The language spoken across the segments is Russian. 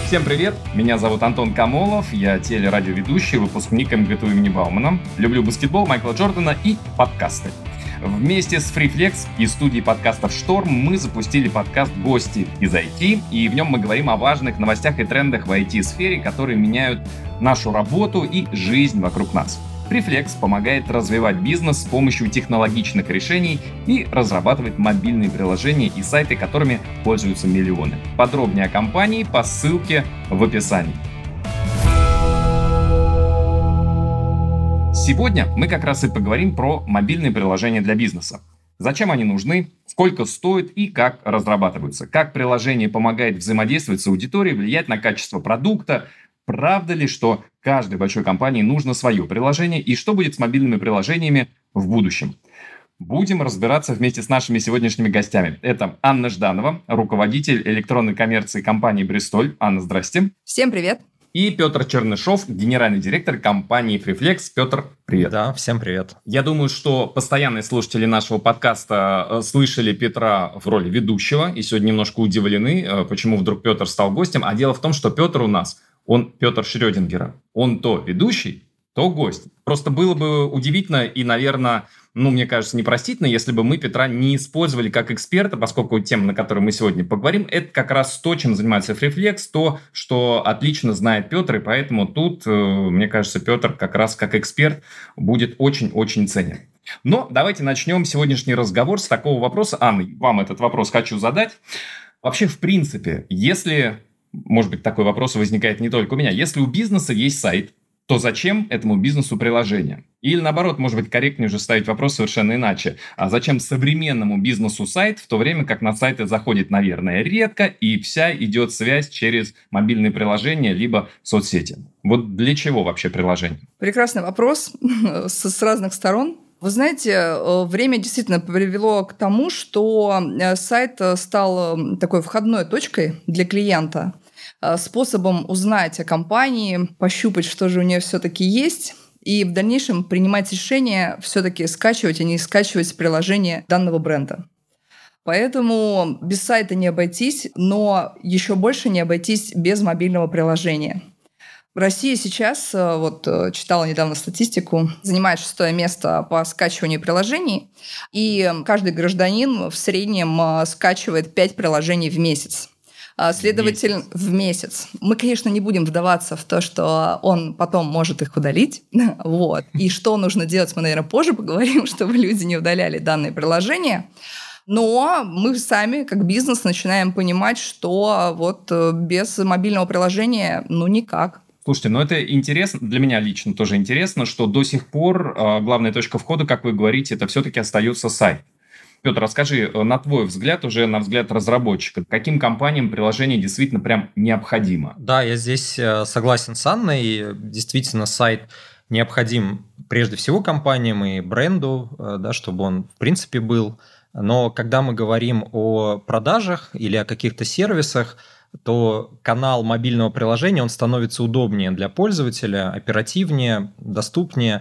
Всем привет! Меня зовут Антон Камолов, я телерадиоведущий, выпускник МГТУ имени Баумана. Люблю баскетбол, Майкла Джордана и подкасты. Вместе с Freeflex и студией подкастов «Шторм» мы запустили подкаст «Гости из IT», и в нем мы говорим о важных новостях и трендах в IT-сфере, которые меняют нашу работу и жизнь вокруг нас. Freeflex помогает развивать бизнес с помощью технологичных решений и разрабатывать мобильные приложения и сайты, которыми пользуются миллионы. Подробнее о компании по ссылке в описании. Сегодня мы как раз и поговорим про мобильные приложения для бизнеса. Зачем они нужны, сколько стоят и как разрабатываются. Как приложение помогает взаимодействовать с аудиторией, влиять на качество продукта. Правда ли, что каждой большой компании нужно свое приложение, и что будет с мобильными приложениями в будущем? Будем разбираться вместе с нашими сегодняшними гостями. Это Анна Жданова, руководитель электронной коммерции компании «Бристоль». Анна, здрасте. Всем привет. И Петр Чернышов, генеральный директор компании Freeflex. Петр, привет. Да, всем привет. Я думаю, что постоянные слушатели нашего подкаста слышали Петра в роли ведущего и сегодня немножко удивлены, почему вдруг Петр стал гостем. А дело в том, что Петр у нас, он Петр Шрёдингера. Он то ведущий, то гость. Просто было бы удивительно и, наверное, мне кажется, непростительно, если бы мы Петра не использовали как эксперта, поскольку тема, на которой мы сегодня поговорим, это как раз то, чем занимается Freeflex, то, что отлично знает Петр, и поэтому тут, мне кажется, Петр как раз как эксперт будет очень-очень ценен. Но давайте начнем сегодняшний разговор с такого вопроса. Анна, вам этот вопрос хочу задать. Вообще, в принципе, если, может быть, такой вопрос возникает не только у меня, если у бизнеса есть сайт, то зачем этому бизнесу приложение? Или наоборот, может быть, корректнее уже ставить вопрос совершенно иначе. А зачем современному бизнесу сайт, в то время как на сайты заходит, наверное, редко, и вся идет связь через мобильные приложения либо соцсети? Вот для чего вообще приложение? Прекрасный вопрос с разных сторон. Вы знаете, время действительно привело к тому, что сайт стал такой входной точкой для клиента, способом узнать о компании, пощупать, что же у нее все-таки есть, и в дальнейшем принимать решение все-таки скачивать, а не скачивать приложение данного бренда. Поэтому без сайта не обойтись, но еще больше не обойтись без мобильного приложения. Россия сейчас, читала недавно статистику, занимает 6-е место по скачиванию приложений, и каждый гражданин в среднем скачивает 5 приложений в месяц. Следовательно, в месяц. Мы, конечно, не будем вдаваться в то, что он потом может их удалить. Вот. И что нужно делать, мы, наверное, позже поговорим, чтобы люди не удаляли данные приложения. Но мы сами, как бизнес, начинаем понимать, что без мобильного приложения никак. Слушайте, это интересно, для меня лично тоже интересно, что до сих пор главная точка входа, как вы говорите, это все-таки остается сайт. Петр, расскажи, на твой взгляд, уже на взгляд разработчика, каким компаниям приложение действительно прям необходимо? Да, я здесь согласен с Анной. Действительно, сайт необходим прежде всего компаниям и бренду, да, чтобы он в принципе был. Но когда мы говорим о продажах или о каких-то сервисах, то канал мобильного приложения, он становится удобнее для пользователя, оперативнее, доступнее.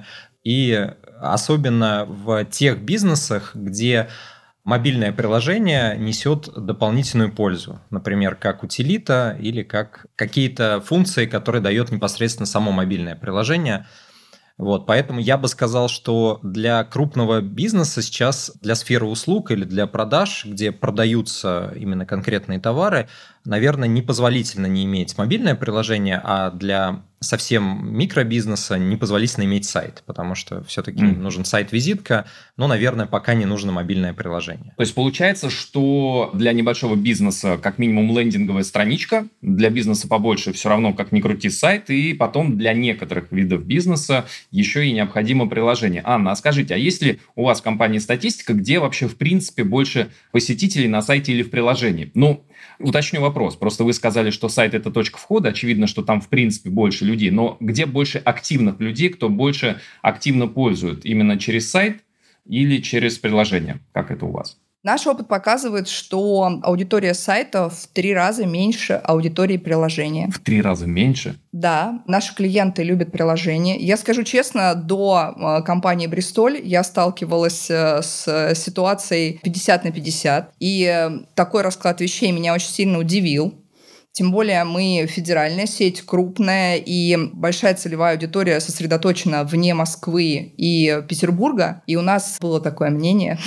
И особенно в тех бизнесах, где мобильное приложение несет дополнительную пользу. Например, как утилита или как какие-то функции, которые дает непосредственно само мобильное приложение. Поэтому я бы сказал, что для крупного бизнеса сейчас, для сферы услуг или для продаж, где продаются именно конкретные товары, наверное, непозволительно не иметь мобильное приложение, а для совсем микробизнеса непозволительно иметь сайт, потому что все-таки нужен сайт-визитка, но, наверное, пока не нужно мобильное приложение. То есть получается, что для небольшого бизнеса как минимум лендинговая страничка, для бизнеса побольше все равно как ни крути сайт, и потом для некоторых видов бизнеса еще и необходимо приложение. Анна, а скажите, а есть ли у вас в компании статистика, где вообще в принципе больше посетителей на сайте или в приложении? Уточню вопрос. Просто вы сказали, что сайт – это точка входа. Очевидно, что там, в принципе, больше людей. Но где больше активных людей, кто больше активно пользует? Именно через сайт или через приложение? Как это у вас? Наш опыт показывает, что аудитория сайта в 3 раза меньше аудитории приложения. В 3 раза меньше? Да, наши клиенты любят приложения. Я скажу честно, до компании «Бристоль» я сталкивалась с ситуацией 50/50. И такой расклад вещей меня очень сильно удивил. Тем более мы федеральная сеть, крупная, и большая целевая аудитория сосредоточена вне Москвы и Петербурга. И у нас было такое мнение,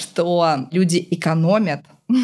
что люди экономят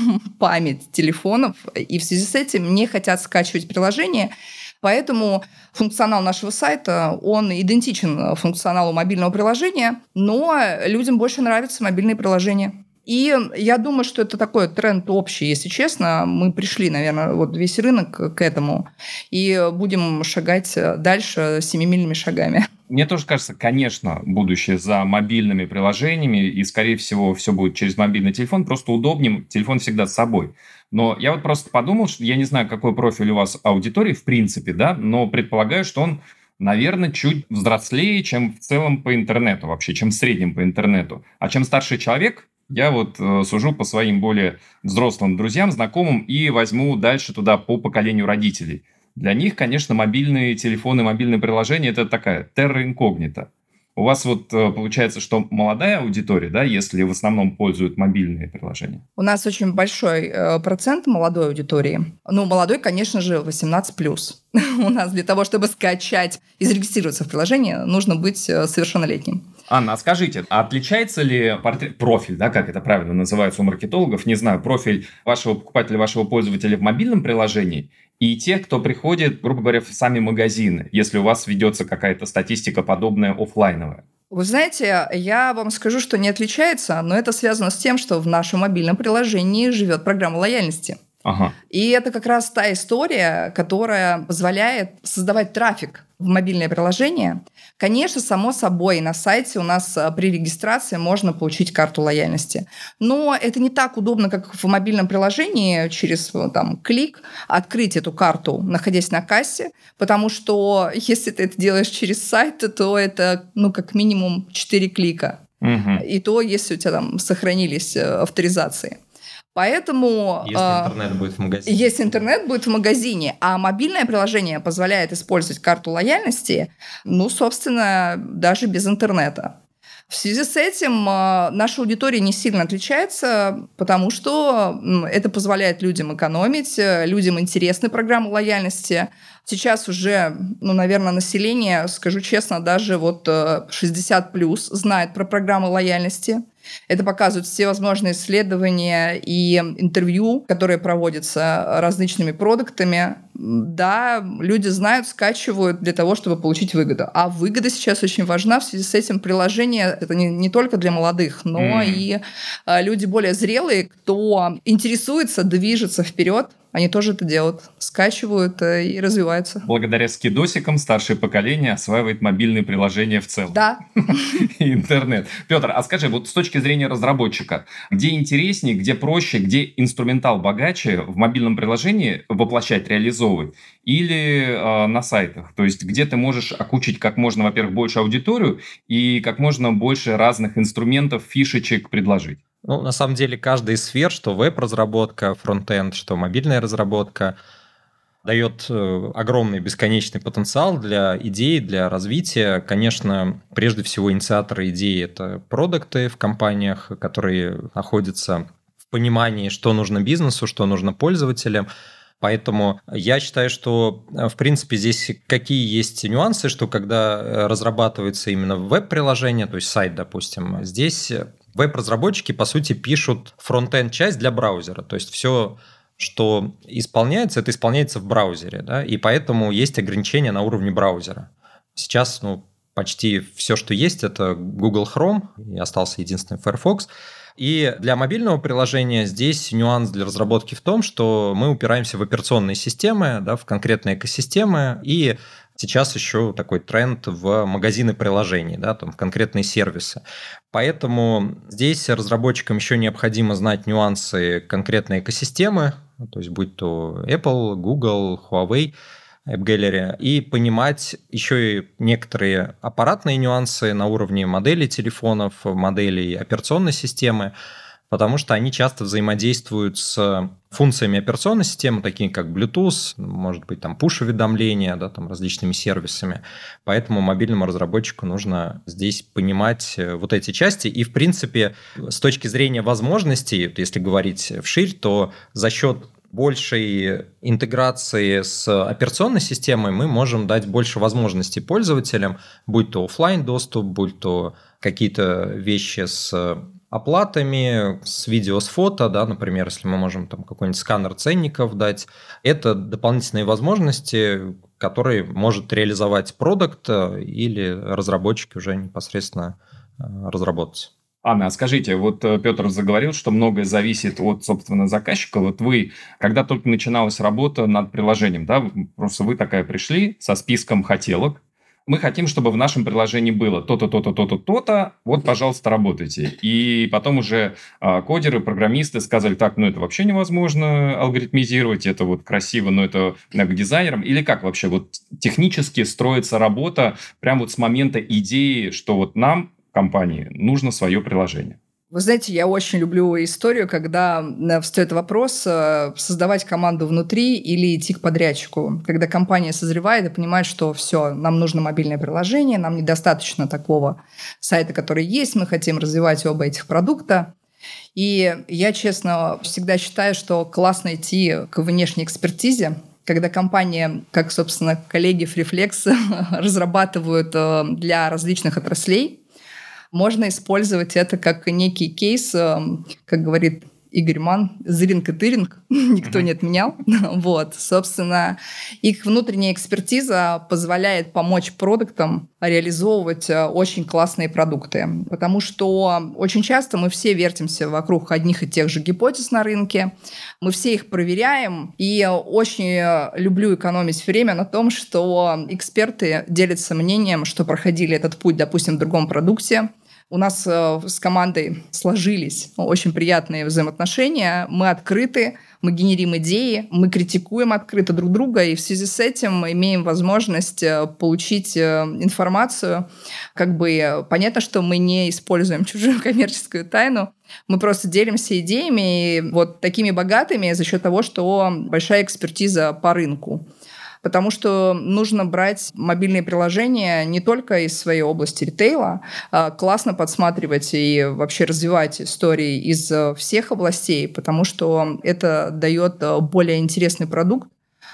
память телефонов, и в связи с этим не хотят скачивать приложение. Поэтому функционал нашего сайта, он идентичен функционалу мобильного приложения, но людям больше нравятся мобильные приложения. И я думаю, что это такой тренд общий, если честно. Мы пришли, наверное, вот весь рынок к этому и будем шагать дальше семимильными шагами. Мне тоже кажется, конечно, будущее за мобильными приложениями, и, скорее всего, все будет через мобильный телефон, просто удобнее, телефон всегда с собой. Но я вот просто подумал, что я не знаю, какой профиль у вас аудитории в принципе, да, но предполагаю, что он, наверное, чуть взрослее, чем в целом по интернету вообще, чем в среднем по интернету. А чем старший человек, я вот сужу по своим более взрослым друзьям, знакомым и возьму дальше туда по поколению родителей. Для них, конечно, мобильные телефоны, мобильные приложения – это такая терра инкогнита. У вас вот получается, что молодая аудитория, да, если в основном пользуют мобильные приложения? У нас очень большой процент молодой аудитории. Ну, молодой, конечно же, 18+. У нас для того, чтобы скачать и зарегистрироваться в приложении, нужно быть совершеннолетним. Анна, а скажите, отличается ли профиль, да, как это правильно называется у маркетологов, не знаю, профиль вашего покупателя, вашего пользователя в мобильном приложении и тех, кто приходит, грубо говоря, в сами магазины, если у вас ведется какая-то статистика подобная офлайновая? Вы знаете, я вам скажу, что не отличается, но это связано с тем, что в нашем мобильном приложении живет программа лояльности. Ага. И это как раз та история, которая позволяет создавать трафик в мобильное приложение. Конечно, само собой, на сайте у нас при регистрации можно получить карту лояльности. Но это не так удобно, как в мобильном приложении через клик открыть эту карту, находясь на кассе, потому что если ты это делаешь через сайт, то это как минимум 4 клика. Угу. И то, если у тебя сохранились авторизации. Поэтому... Если интернет будет в магазине. Если интернет будет в магазине, а мобильное приложение позволяет использовать карту лояльности, собственно, даже без интернета. В связи с этим наша аудитория не сильно отличается, потому что это позволяет людям экономить, людям интересны программы лояльности. Сейчас уже, наверное, население, скажу честно, даже 60+ знает про программы лояльности. Это показывают все возможные исследования и интервью, которые проводятся различными продуктами. Да, люди знают, скачивают для того, чтобы получить выгоду. А выгода сейчас очень важна. В связи с этим приложение это не только для молодых, но и люди более зрелые, кто интересуется, движется вперед. Они тоже это делают, скачивают и развиваются. Благодаря скидосикам старшее поколение осваивает мобильные приложения в целом. Да. И интернет. Петр, а скажи, вот с точки зрения разработчика, где интереснее, где проще, где инструментал богаче в мобильном приложении воплощать, реализовывать или на сайтах? То есть где ты можешь окучить как можно, во-первых, больше аудиторию и как можно больше разных инструментов, фишечек предложить? На самом деле, каждая из сфер, что веб-разработка, фронт-энд, что мобильная разработка, дает огромный бесконечный потенциал для идей, для развития. Конечно, прежде всего, инициаторы идеи – это продукты в компаниях, которые находятся в понимании, что нужно бизнесу, что нужно пользователям. Поэтому я считаю, что, в принципе, здесь какие есть нюансы, что когда разрабатывается именно веб-приложение, то есть сайт, допустим, здесь веб-разработчики, по сути, пишут фронт-энд-часть для браузера. То есть все, что исполняется, это исполняется в браузере, да, и поэтому есть ограничения на уровне браузера. Сейчас, почти все, что есть, это Google Chrome, и остался единственный Firefox. И для мобильного приложения здесь нюанс для разработки в том, что мы упираемся в операционные системы, да, в конкретные экосистемы, и сейчас еще такой тренд в магазины приложений, да, там, в конкретные сервисы. Поэтому здесь разработчикам еще необходимо знать нюансы конкретной экосистемы, то есть будь то Apple, Google, Huawei, App Gallery, и понимать еще и некоторые аппаратные нюансы на уровне моделей телефонов, моделей операционной системы, потому что они часто взаимодействуют с функциями операционной системы, такие как Bluetooth, может быть, там push-уведомления, да, там различными сервисами. Поэтому мобильному разработчику нужно здесь понимать вот эти части. И, в принципе, с точки зрения возможностей, если говорить вширь, то за счет большей интеграции с операционной системой мы можем дать больше возможностей пользователям, будь то офлайн доступ, будь то какие-то вещи с оплатами, с видео, с фото, да, например, если мы можем там какой-нибудь сканер ценников дать. Это дополнительные возможности, которые может реализовать продукт или разработчики уже непосредственно разработать. Анна, а скажите, вот Петр заговорил, что многое зависит от, собственно, заказчика. Вот вы, когда только начиналась работа над приложением, да, просто вы такая пришли со списком хотелок, мы хотим, чтобы в нашем приложении было то-то, то-то, то-то, то-то, вот, пожалуйста, работайте. И потом уже кодеры, программисты сказали, так, ну это вообще невозможно алгоритмизировать, это вот красиво, но это к дизайнерам. Или как вообще вот технически строится работа прямо вот с момента идеи, что вот нам, компании, нужно свое приложение? Вы знаете, я очень люблю историю, когда встает вопрос, создавать команду внутри или идти к подрядчику. Когда компания созревает и понимает, что все, нам нужно мобильное приложение, нам недостаточно такого сайта, который есть, мы хотим развивать оба этих продукта. И я, честно, всегда считаю, что классно идти к внешней экспертизе, когда компания, как, собственно, коллеги Freeflex, разрабатывают для различных отраслей. Можно использовать это как некий кейс, как говорит Игорь Ман, зыринг и тыринг, никто не отменял. Вот, собственно, их внутренняя экспертиза позволяет помочь продуктам реализовывать очень классные продукты. Потому что очень часто мы все вертимся вокруг одних и тех же гипотез на рынке, мы все их проверяем, и очень люблю экономить время на том, что эксперты делятся мнением, что проходили этот путь, допустим, в другом продукте. У нас с командой сложились очень приятные взаимоотношения. Мы открыты, мы генерим идеи, мы критикуем открыто друг друга, и в связи с этим имеем возможность получить информацию. Как бы понятно, что мы не используем чужую коммерческую тайну, мы просто делимся идеями и вот такими богатыми за счет того, что большая экспертиза по рынку. Потому что нужно брать мобильные приложения не только из своей области ритейла, классно подсматривать и вообще развивать истории из всех областей, потому что это дает более интересный продукт.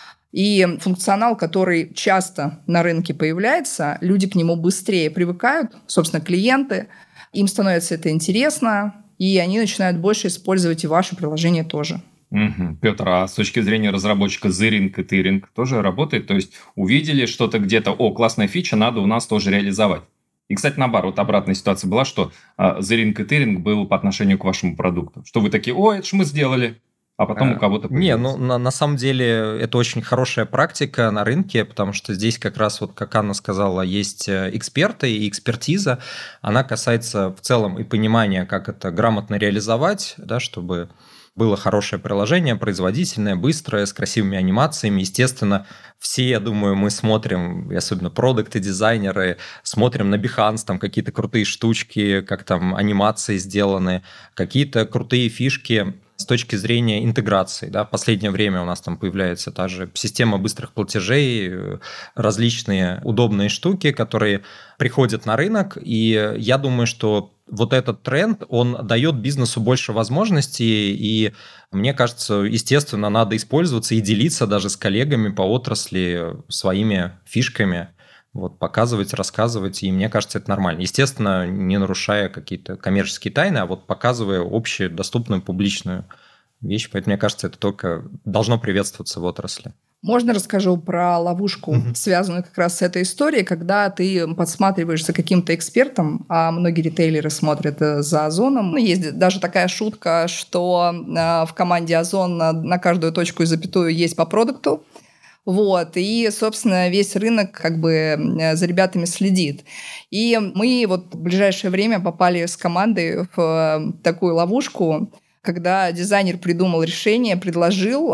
И функционал, который часто на рынке появляется, люди к нему быстрее привыкают, собственно, клиенты, им становится это интересно, и они начинают больше использовать и ваше приложение тоже. Угу. Петр, а с точки зрения разработчика зыринг и тыринг тоже работает? То есть увидели что-то где-то, классная фича, надо у нас тоже реализовать. И, кстати, наоборот, обратная ситуация была, что зыринг и тыринг был по отношению к вашему продукту. Что вы такие, это же мы сделали, а потом у кого-то появилось. На самом деле это очень хорошая практика на рынке, потому что здесь как раз, вот как Анна сказала, есть эксперты и экспертиза. Она касается в целом и понимания, как это грамотно реализовать, да, чтобы было хорошее приложение, производительное, быстрое, с красивыми анимациями. Естественно, все, я думаю, мы смотрим, особенно продукты, дизайнеры, смотрим на Behance, там какие-то крутые штучки, как там анимации сделаны, какие-то крутые фишки с точки зрения интеграции. Да. В последнее время у нас там появляется та же система быстрых платежей, различные удобные штуки, которые приходят на рынок. И я думаю, что вот этот тренд, он дает бизнесу больше возможностей, и мне кажется, естественно, надо использоваться и делиться даже с коллегами по отрасли своими фишками, вот, показывать, рассказывать, и мне кажется, это нормально. Естественно, не нарушая какие-то коммерческие тайны, а вот показывая общую, доступную, публичную вещь. Поэтому, мне кажется, это только должно приветствоваться в отрасли. Можно расскажу про ловушку, связанную как раз с этой историей, когда ты подсматриваешь за каким-то экспертом, а многие ритейлеры смотрят за Озоном. Есть даже такая шутка, что в команде Озон на каждую точку и запятую есть по продукту. Вот, и, собственно, весь рынок как бы за ребятами следит. И мы вот в ближайшее время попали с командой в такую ловушку, когда дизайнер придумал решение, предложил,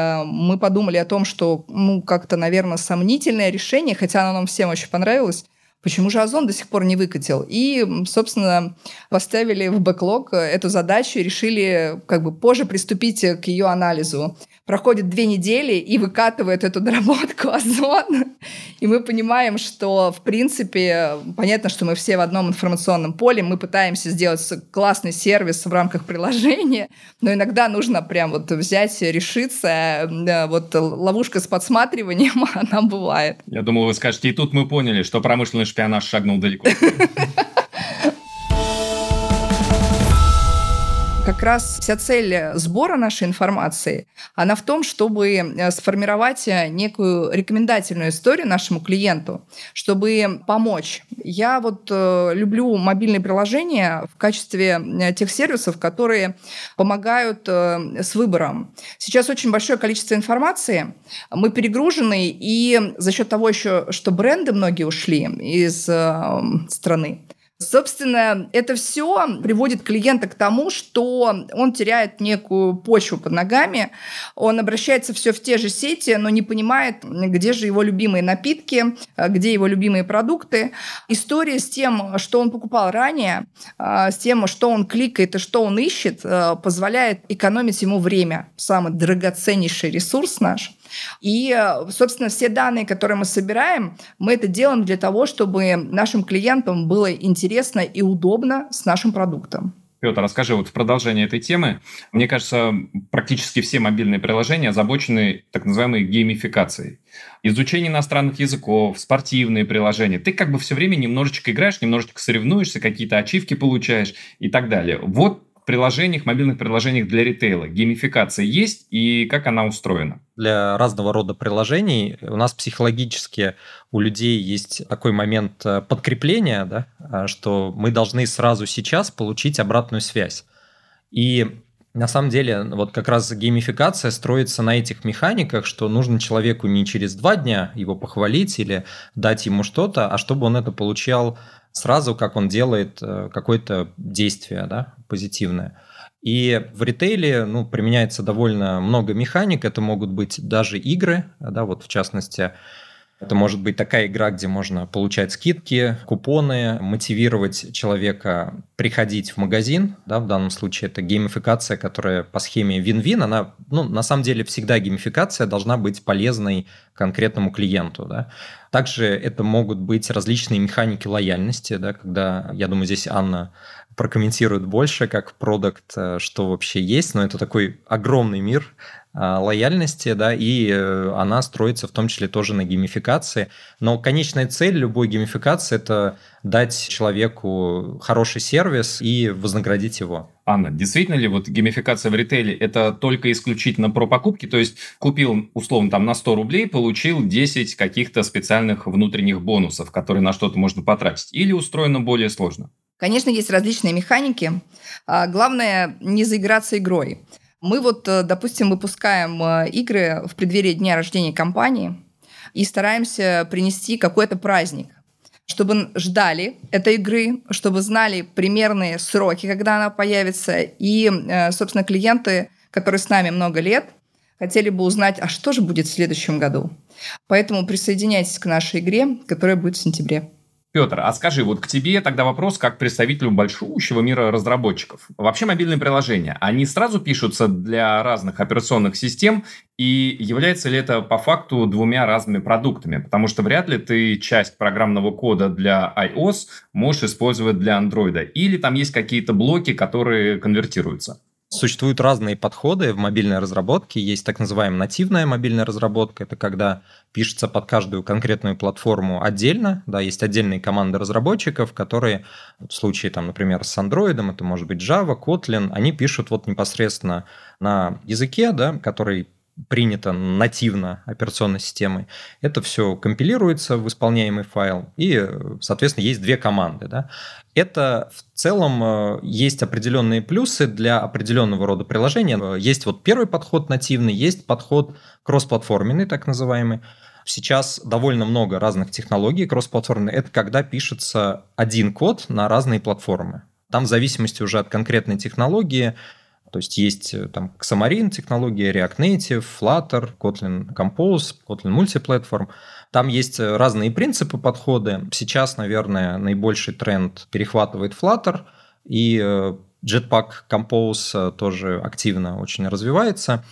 мы подумали о том, что, как-то, наверное, сомнительное решение, хотя оно нам всем очень понравилось. Почему же Озон до сих пор не выкатил? И, собственно, поставили в бэклог эту задачу и решили как бы позже приступить к ее анализу. Проходит 2 недели и выкатывает эту доработку Озон. И мы понимаем, что, в принципе, понятно, что мы все в одном информационном поле, мы пытаемся сделать классный сервис в рамках приложения, но иногда нужно прям вот взять, решиться. Вот ловушка с подсматриванием, она бывает. Я думал, вы скажете, и тут мы поняли, что промышленный шпионаж шагнул далеко. Как раз вся цель сбора нашей информации, она в том, чтобы сформировать некую рекомендательную историю нашему клиенту, чтобы помочь. Я вот люблю мобильные приложения в качестве тех сервисов, которые помогают с выбором. Сейчас очень большое количество информации, мы перегружены, и за счет того еще, что бренды многие ушли из страны, собственно, это все приводит клиента к тому, что он теряет некую почву под ногами, он обращается все в те же сети, но не понимает, где же его любимые напитки, где его любимые продукты. История с тем, что он покупал ранее, с тем, что он кликает и что он ищет, позволяет экономить ему время. Самый драгоценнейший ресурс наш. И, собственно, все данные, которые мы собираем, мы это делаем для того, чтобы нашим клиентам было интересно и удобно с нашим продуктом. Петр, расскажи, вот в продолжение этой темы, мне кажется, практически все мобильные приложения озабочены так называемой геймификацией. Изучение иностранных языков, спортивные приложения. Ты как бы все время немножечко играешь, немножечко соревнуешься, какие-то ачивки получаешь и так далее. Вот в приложениях, мобильных приложениях для ритейла геймификация есть и как она устроена? Для разного рода приложений у нас психологически у людей есть такой момент подкрепления, да, что мы должны сразу сейчас получить обратную связь. И на самом деле вот как раз геймификация строится на этих механиках, что нужно человеку не через 2 дня его похвалить или дать ему что-то, а чтобы он это получал сразу, как он делает какое-то действие, да, позитивное. И в ритейле применяется довольно много механик. Это могут быть даже игры, да, вот в частности, это может быть такая игра, где можно получать скидки, купоны, мотивировать человека приходить в магазин. Да, в данном случае это геймификация, которая по схеме win-win. Она, на самом деле, всегда геймификация должна быть полезной конкретному клиенту. Да. Также это могут быть различные механики лояльности, да, когда, я думаю, здесь Анна прокомментирует больше, как продукт, что вообще есть, но это такой огромный мир лояльности, да, и она строится в том числе тоже на геймификации. Но конечная цель любой геймификации – это дать человеку хороший сервис и вознаградить его. Анна, действительно ли вот геймификация в ритейле – это только исключительно про покупки? То есть купил, условно, там на 100 рублей, получил 10 каких-то специальных внутренних бонусов, которые на что-то можно потратить? Или устроено более сложно? Конечно, есть различные механики. Главное – не заиграться игрой. Мы вот, допустим, выпускаем игры в преддверии дня рождения компании и стараемся принести какой-то праздник, чтобы ждали этой игры, чтобы знали примерные сроки, когда она появится. И, собственно, клиенты, которые с нами много лет, хотели бы узнать, а что же будет в следующем году. Поэтому присоединяйтесь к нашей игре, которая будет в сентябре. Петр, а скажи, вот к тебе тогда вопрос как представителю большущего мира разработчиков. Вообще мобильные приложения, они сразу пишутся для разных операционных систем, и является ли это по факту 2 разными продуктами? Потому что вряд ли ты часть программного кода для iOS можешь использовать для Android. Или там есть какие-то блоки, которые конвертируются? Существуют разные подходы в мобильной разработке. Есть так называемая нативная мобильная разработка. Это когда пишется под каждую конкретную платформу отдельно. Да, есть отдельные команды разработчиков, которые в случае, там, например, с Android, это может быть Java, Kotlin, они пишут вот непосредственно на языке, да, который принято нативно операционной системой. Это все компилируется в исполняемый файл, и, соответственно, есть 2 команды. Да. Это в целом есть определенные плюсы для определенного рода приложения. Есть вот первый подход нативный, есть подход кроссплатформенный, так называемый. Сейчас довольно много разных технологий кроссплатформенных. Это когда пишется один код на разные платформы. Там в зависимости уже от конкретной технологии, то есть там Xamarin технология, React Native, Flutter, Kotlin Compose, Kotlin Multiplatform. Там есть разные принципы, подходы. Сейчас, наверное, наибольший тренд перехватывает Flutter, и Jetpack Compose тоже активно очень развивается.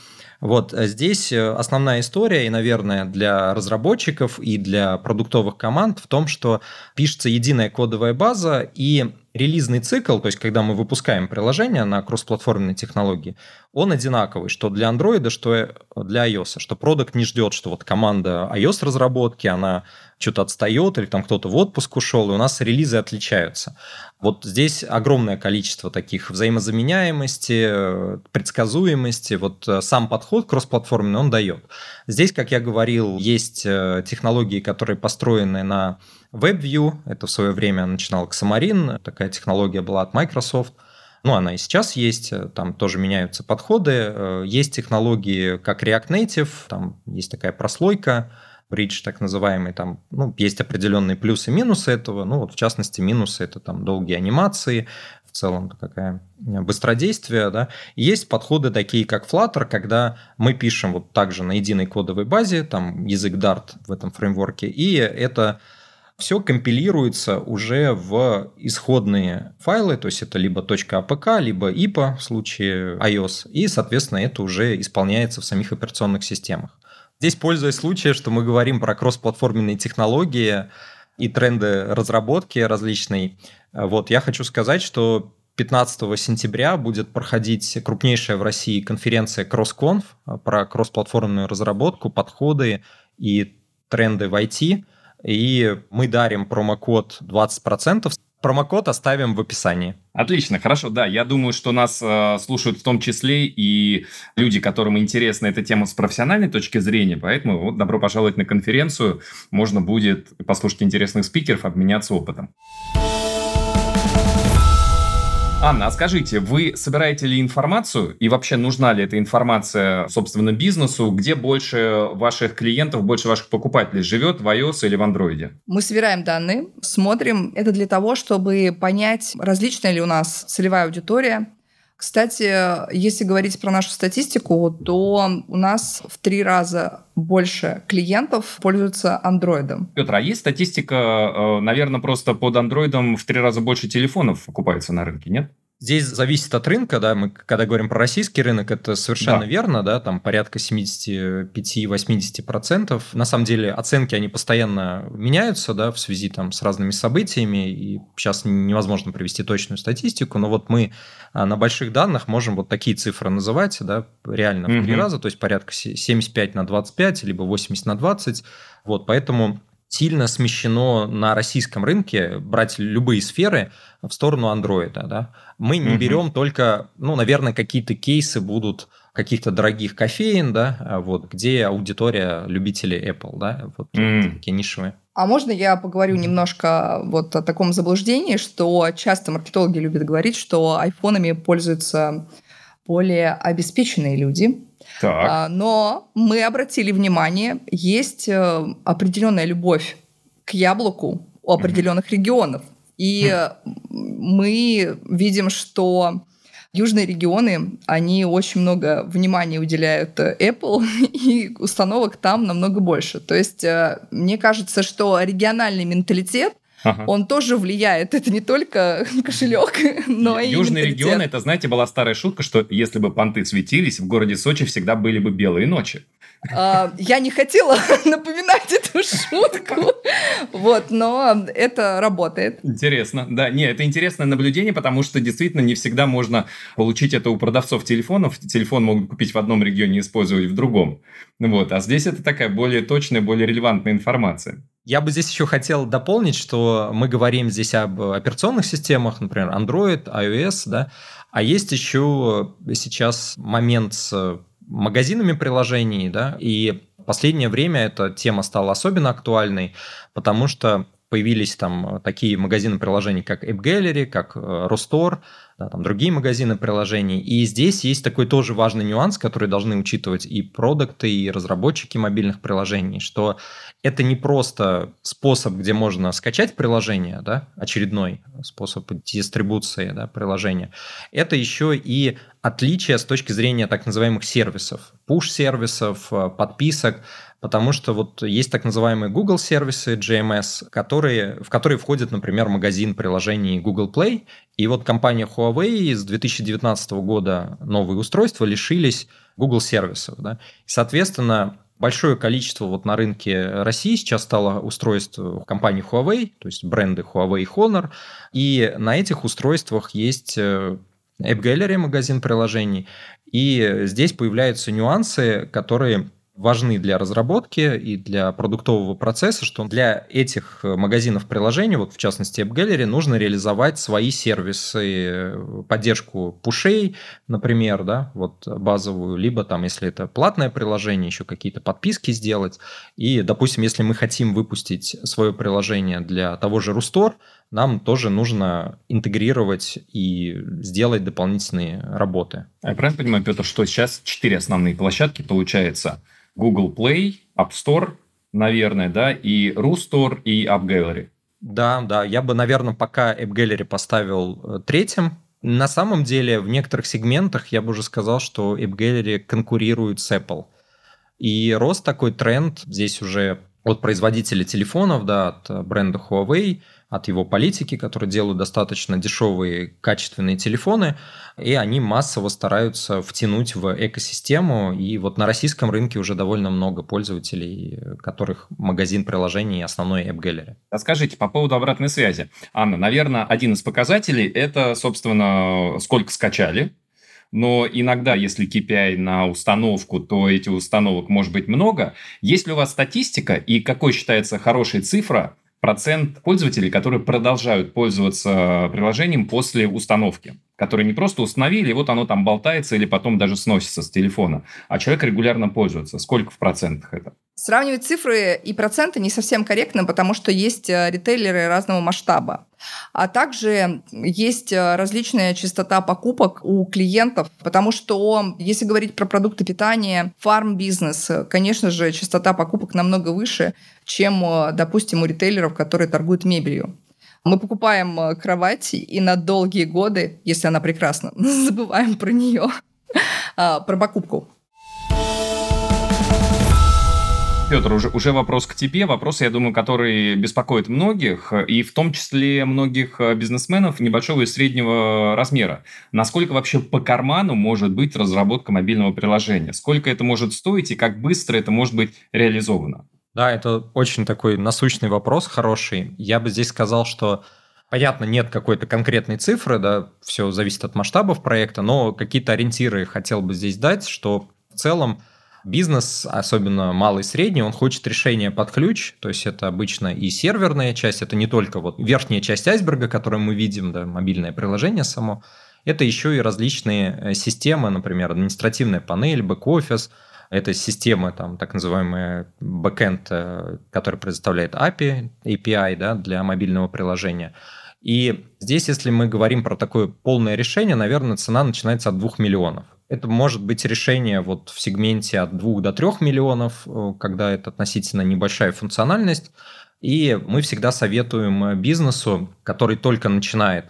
Вот здесь основная история, и, наверное, для разработчиков и для продуктовых команд в том, что пишется единая кодовая база, и релизный цикл, то есть когда мы выпускаем приложение на кроссплатформенной технологии, он одинаковый, что для Android, что для iOS, что продакт не ждет, что вот команда iOS-разработки, она что-то отстает, или там кто-то в отпуск ушел, и у нас релизы отличаются. Вот здесь огромное количество таких взаимозаменяемости, предсказуемости, вот сам подход кроссплатформенный он дает. Здесь, как я говорил, есть технологии, которые построены на WebView, это в свое время начинал Xamarin, такая технология была от Microsoft, ну, она и сейчас есть, там тоже меняются подходы. Есть технологии, как React Native, там есть такая прослойка, Bridge так называемый, там, ну, есть определенные плюсы и минусы этого, ну, вот в частности, минусы – это там долгие анимации, в целом такая быстродействие, да. Есть подходы такие, как Flutter, когда мы пишем вот также на единой кодовой базе, там язык Dart в этом фреймворке, и это все компилируется уже в исходные файлы, то есть это либо .apk, либо IPA в случае iOS, и, соответственно, это уже исполняется в самих операционных системах. Здесь, пользуясь случаем, что мы говорим про кроссплатформенные технологии и тренды разработки различной, вот, я хочу сказать, что 15 сентября будет проходить крупнейшая в России конференция CrossConf про кроссплатформенную разработку, подходы и тренды в IT. И мы дарим промокод 20%. Промокод оставим в описании. Отлично, хорошо, да. Я думаю, что нас слушают в том числе и люди, которым интересна эта тема с профессиональной точки зрения, поэтому вот добро пожаловать на конференцию. Можно будет послушать интересных спикеров, обменяться опытом. Анна, а скажите, вы собираете ли информацию и вообще нужна ли эта информация, собственно, бизнесу? Где больше ваших клиентов, больше ваших покупателей живет, в iOS или в Android? Мы собираем данные, смотрим. Это для того, чтобы понять, различная ли у нас целевая аудитория. Кстати, если говорить про нашу статистику, то у нас в 3 раза больше клиентов пользуются Android. Петр, а есть статистика, наверное, просто под Android в 3 раза больше телефонов покупается на рынке, нет? Здесь зависит от рынка, да, мы когда говорим про российский рынок, это совершенно верно, да, там порядка 75-80%. На самом деле оценки, они постоянно меняются, да, в связи там с разными событиями, и сейчас невозможно привести точную статистику, но вот мы на больших данных можем вот такие цифры называть, да, реально в 3 раза, то есть порядка 75/25, либо 80/20, вот, поэтому сильно смещено на российском рынке брать любые сферы в сторону андроида. Да? Мы не берем только, ну, наверное, какие-то кейсы будут каких-то дорогих кофеин, да, вот, где аудитория любителей Apple, да, вот такие нишевые. А можно я поговорю немножко вот о таком заблуждении, что часто маркетологи любят говорить, что айфонами пользуются более обеспеченные люди. Так. Но мы обратили внимание, есть определенная любовь к яблоку у определенных регионов. И мы видим, что южные регионы, они очень много внимания уделяют Apple, и установок там намного больше. То есть мне кажется, что региональный менталитет, он тоже влияет. Это не только кошелек, но и южные регионы, это, знаете, была старая шутка, что если бы понты светились, в городе Сочи всегда были бы белые ночи. Я не хотела напоминать эту шутку, вот, но это работает. Интересно, да. Не, это интересное наблюдение, потому что действительно не всегда можно получить это у продавцов телефонов. Телефон могут купить в одном регионе и использовать в другом. Вот. А здесь это такая более точная, более релевантная информация. Я бы здесь еще хотел дополнить, что мы говорим здесь об операционных системах, например, Android, iOS, да, а есть еще сейчас момент с магазинами приложений, да, и в последнее время эта тема стала особенно актуальной, потому что появились там такие магазины приложений, как App Gallery, как Rostore, да, там другие магазины приложений. И здесь есть такой тоже важный нюанс, который должны учитывать и продукты, и разработчики мобильных приложений, что это не просто способ, где можно скачать приложение, да, очередной способ дистрибуции, да, приложения. Это еще и отличие с точки зрения так называемых сервисов, push-сервисов, подписок, потому что вот есть так называемые Google сервисы, GMS, в которые входит, например, магазин приложений Google Play, и вот компания Huawei Huawei с 2019 года новые устройства лишились Google сервисов. Да? Соответственно, большое количество вот на рынке России сейчас стало устройств компании Huawei, то есть бренды Huawei и Honor, и на этих устройствах есть App Gallery, магазин приложений, и здесь появляются нюансы, которые важны для разработки и для продуктового процесса, что для этих магазинов приложений, вот в частности App Gallery, нужно реализовать свои сервисы, поддержку пушей, например, да, вот базовую, либо там, если это платное приложение, еще какие-то подписки сделать. И, допустим, если мы хотим выпустить свое приложение для того же Рустор, нам тоже нужно интегрировать и сделать дополнительные работы. Я правильно понимаю, Петр, что сейчас 4 основные площадки получается: Google Play, App Store, наверное, да, и Rustore, и App Gallery. Да, я бы, наверное, пока App Gallery поставил третьим. На самом деле, в некоторых сегментах я бы уже сказал, что App Gallery конкурирует с Apple. И рос такой тренд здесь уже от производителя телефонов, да, от бренда Huawei, от его политики, которые делают достаточно дешевые, качественные телефоны, и они массово стараются втянуть в экосистему. И вот на российском рынке уже довольно много пользователей, которых магазин приложений основной App Gallery. А скажите, по поводу обратной связи. Анна, наверное, один из показателей – это, собственно, сколько скачали. Но иногда, если KPI на установку, то этих установок может быть много. Есть ли у вас статистика и какой считается хорошей цифра процент пользователей, которые продолжают пользоваться приложением после установки, которые не просто установили, и вот оно там болтается или потом даже сносится с телефона, а человек регулярно пользуется? Сколько в процентах это? Сравнивать цифры и проценты не совсем корректно, потому что есть ритейлеры разного масштаба. А также есть различная частота покупок у клиентов, потому что, если говорить про продукты питания, фарм-бизнес, конечно же, частота покупок намного выше, чем, допустим, у ритейлеров, которые торгуют мебелью. Мы покупаем кровать и на долгие годы, если она прекрасна, забываем про нее, про покупку. Петр, уже вопрос к тебе. Вопрос, я думаю, который беспокоит многих, и в том числе многих бизнесменов небольшого и среднего размера. Насколько вообще по карману может быть разработка мобильного приложения? Сколько это может стоить и как быстро это может быть реализовано? Да, это очень такой насущный вопрос, хороший. Я бы здесь сказал, что, понятно, нет какой-то конкретной цифры, да, все зависит от масштабов проекта, но какие-то ориентиры хотел бы здесь дать, что в целом бизнес, особенно малый и средний, он хочет решения под ключ, то есть это обычно и серверная часть, это не только вот верхняя часть айсберга, которую мы видим, да, мобильное приложение само, это еще и различные системы, например, административная панель, бэк-офис, это система, там, так называемая бэкэнд, который предоставляет API, да, для мобильного приложения. И здесь, если мы говорим про такое полное решение, наверное, цена начинается от 2 миллионов. Это может быть решение вот в сегменте от 2 до 3 миллионов, когда это относительно небольшая функциональность. И мы всегда советуем бизнесу, который только начинает,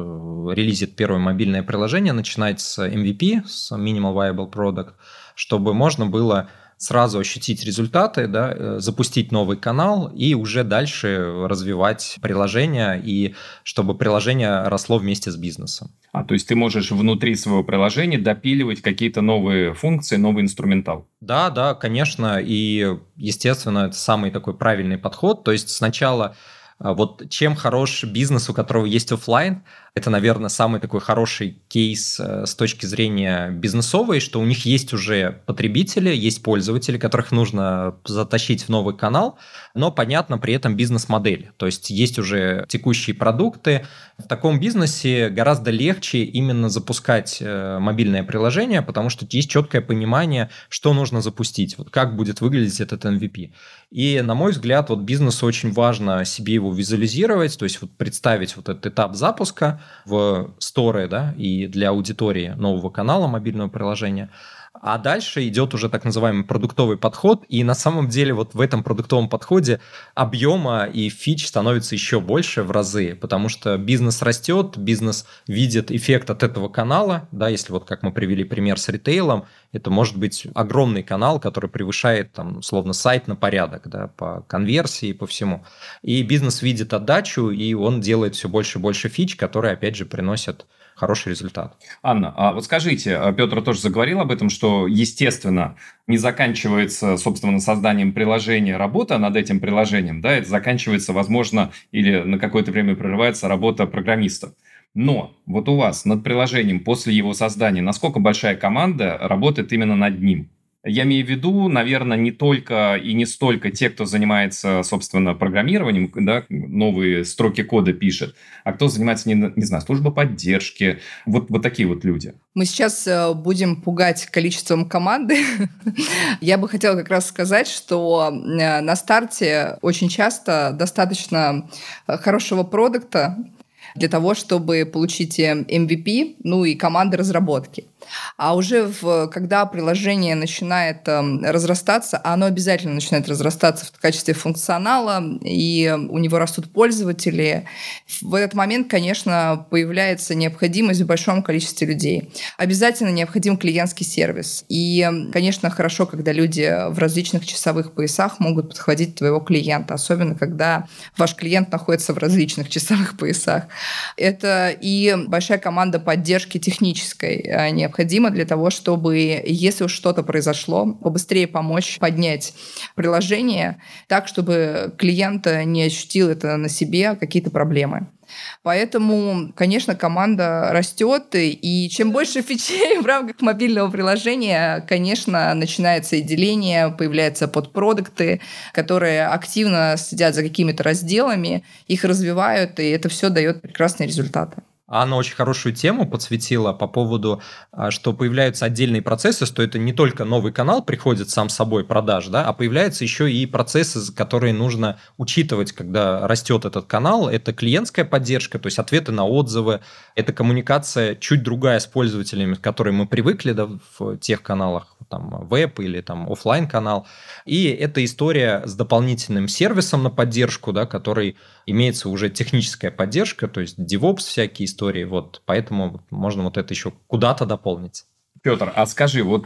релизит первое мобильное приложение, начинать с MVP, с Minimal Viable Product, чтобы можно было сразу ощутить результаты, да, запустить новый канал и уже дальше развивать приложение, и чтобы приложение росло вместе с бизнесом. То есть ты можешь внутри своего приложения допиливать какие-то новые функции, новый инструментал? Да, конечно, и, естественно, это самый такой правильный подход. То есть сначала вот чем хорош бизнес, у которого есть офлайн, это, наверное, самый такой хороший кейс с точки зрения бизнесовой, что у них есть уже потребители, есть пользователи, которых нужно затащить в новый канал, но, понятно, при этом бизнес-модель. То есть есть уже текущие продукты. В таком бизнесе гораздо легче именно запускать мобильное приложение, потому что есть четкое понимание, что нужно запустить, вот как будет выглядеть этот MVP. И, на мой взгляд, вот бизнесу очень важно себе его визуализировать, то есть вот представить вот этот этап запуска в сторы, да, и для аудитории нового канала мобильного приложения. А дальше идет уже так называемый продуктовый подход, и на самом деле вот в этом продуктовом подходе объема и фич становится еще больше в разы, потому что бизнес растет, бизнес видит эффект от этого канала, да, если вот как мы привели пример с ритейлом, это может быть огромный канал, который превышает, там, условно, сайт на порядок, да, по конверсии и по всему. И бизнес видит отдачу, и он делает все больше и больше фич, которые, опять же, приносят хороший результат. Анна, а вот скажите, Петр тоже заговорил об этом, что, естественно, не заканчивается, собственно, созданием приложения работа над этим приложением, да, это заканчивается, возможно, или на какое-то время прерывается работа программистов. Но вот у вас над приложением после его создания, насколько большая команда работает именно над ним? Я имею в виду, наверное, не только и не столько те, кто занимается, собственно, программированием, да, новые строки кода пишет, а кто занимается, не знаю, службой поддержки, вот такие вот люди. Мы сейчас будем пугать количеством команды. Я бы хотела как раз сказать, что на старте очень часто достаточно хорошего продукта для того, чтобы получить MVP, ну и команды разработки. А уже когда приложение начинает разрастаться, а оно обязательно начинает разрастаться в качестве функционала, и у него растут пользователи, в этот момент, конечно, появляется необходимость в большом количестве людей. Обязательно необходим клиентский сервис. И, конечно, хорошо, когда люди в различных часовых поясах могут подхватить твоего клиента, особенно когда ваш клиент находится в различных часовых поясах. Это и большая команда поддержки технической необходима для того, чтобы, если уж что-то произошло, побыстрее помочь поднять приложение так, чтобы клиент не ощутил это на себе, какие-то проблемы. Поэтому, конечно, команда растет, и чем больше фичей в рамках мобильного приложения, конечно, начинается и деление, появляются подпродукты, которые активно следят за какими-то разделами, их развивают, и это все дает прекрасные результаты. Анна очень хорошую тему подсветила по поводу, что появляются отдельные процессы, что это не только новый канал приходит сам собой продаж, да, а появляются еще и процессы, которые нужно учитывать, когда растет этот канал. Это клиентская поддержка, то есть ответы на отзывы, это коммуникация чуть другая с пользователями, к которой мы привыкли, да, в тех каналах, там, веб или там офлайн канал. И это история с дополнительным сервисом на поддержку, да, который имеется уже техническая поддержка, то есть DevOps, всякие истории, вот, поэтому можно вот это еще куда-то дополнить. Петр, а скажи, вот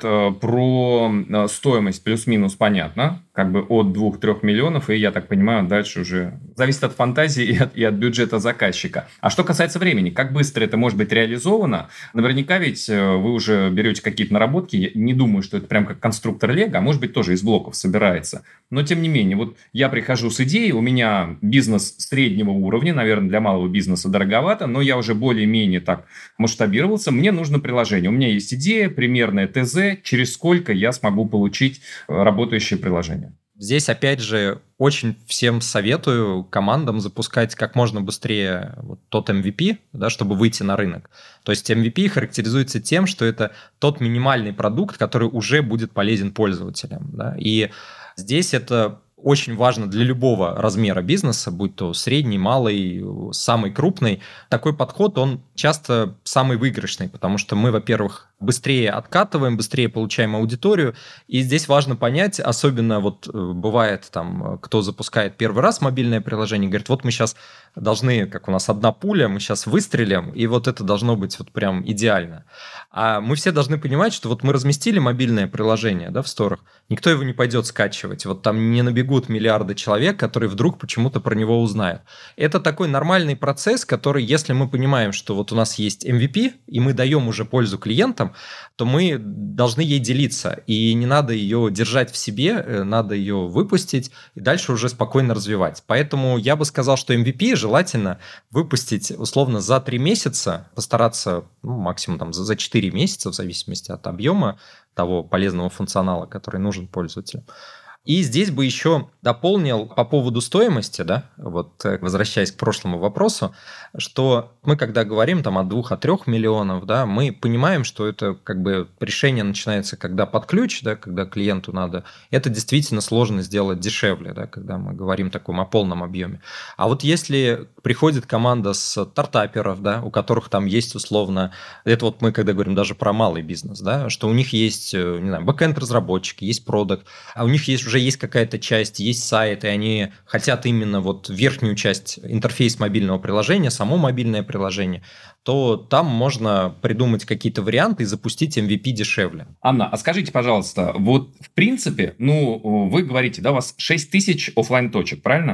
про стоимость плюс-минус понятно, как бы от 2-3 миллионов, и я так понимаю, дальше уже зависит от фантазии и от бюджета заказчика. А что касается времени, как быстро это может быть реализовано? Наверняка ведь вы уже берете какие-то наработки, я не думаю, что это прям как конструктор Лего, а может быть тоже из блоков собирается. Но тем не менее, вот я прихожу с идеей, у меня бизнес среднего уровня, наверное, для малого бизнеса дороговато, но я уже более-менее так масштабировался, мне нужно приложение, у меня есть идея, примерное ТЗ, через сколько я смогу получить работающее приложение. Здесь, опять же, очень всем советую командам запускать как можно быстрее вот тот MVP, да, чтобы выйти на рынок. То есть MVP характеризуется тем, что это тот минимальный продукт, который уже будет полезен пользователям. Да. И здесь это очень важно для любого размера бизнеса, будь то средний, малый, самый крупный. Такой подход, он часто самый выигрышный, потому что мы, во-первых, быстрее откатываем, быстрее получаем аудиторию. И здесь важно понять, особенно вот бывает там, кто запускает первый раз мобильное приложение, говорит, вот мы сейчас должны, как у нас одна пуля, мы сейчас выстрелим, и вот это должно быть вот прям идеально. А мы все должны понимать, что вот мы разместили мобильное приложение, да, в сторах, никто его не пойдет скачивать. Вот там не набегут миллиарды человек, которые вдруг почему-то про него узнают. Это такой нормальный процесс, который, если мы понимаем, что вот у нас есть MVP, и мы даем уже пользу клиентам, то мы должны ей делиться. И не надо ее держать в себе, надо ее выпустить и дальше уже спокойно развивать. Поэтому я бы сказал, что MVP желательно выпустить условно за 3 месяца, постараться максимум там, за 4 месяца, в зависимости от объема того полезного функционала, который нужен пользователю. И здесь бы еще дополнил по поводу стоимости, да, вот возвращаясь к прошлому вопросу, что мы, когда говорим там от 2-3 миллионов, да, мы понимаем, что это как бы решение начинается, когда под ключ, да, когда клиенту надо. Это действительно сложно сделать дешевле, да, когда мы говорим таком о полном объеме. А вот если приходит команда с стартаперов, да, у которых там есть условно, это вот мы когда говорим даже про малый бизнес, да, что у них есть, не знаю, бэкэнд-разработчики, есть продакт, а у них уже есть какая-то часть, есть сайт, и они хотят именно вот верхнюю часть, интерфейс мобильного приложения, само мобильное приложение, то там можно придумать какие-то варианты и запустить MVP дешевле. Анна, а скажите, пожалуйста, вот в принципе, вы говорите, да, у вас 6 тысяч офлайн точек, правильно?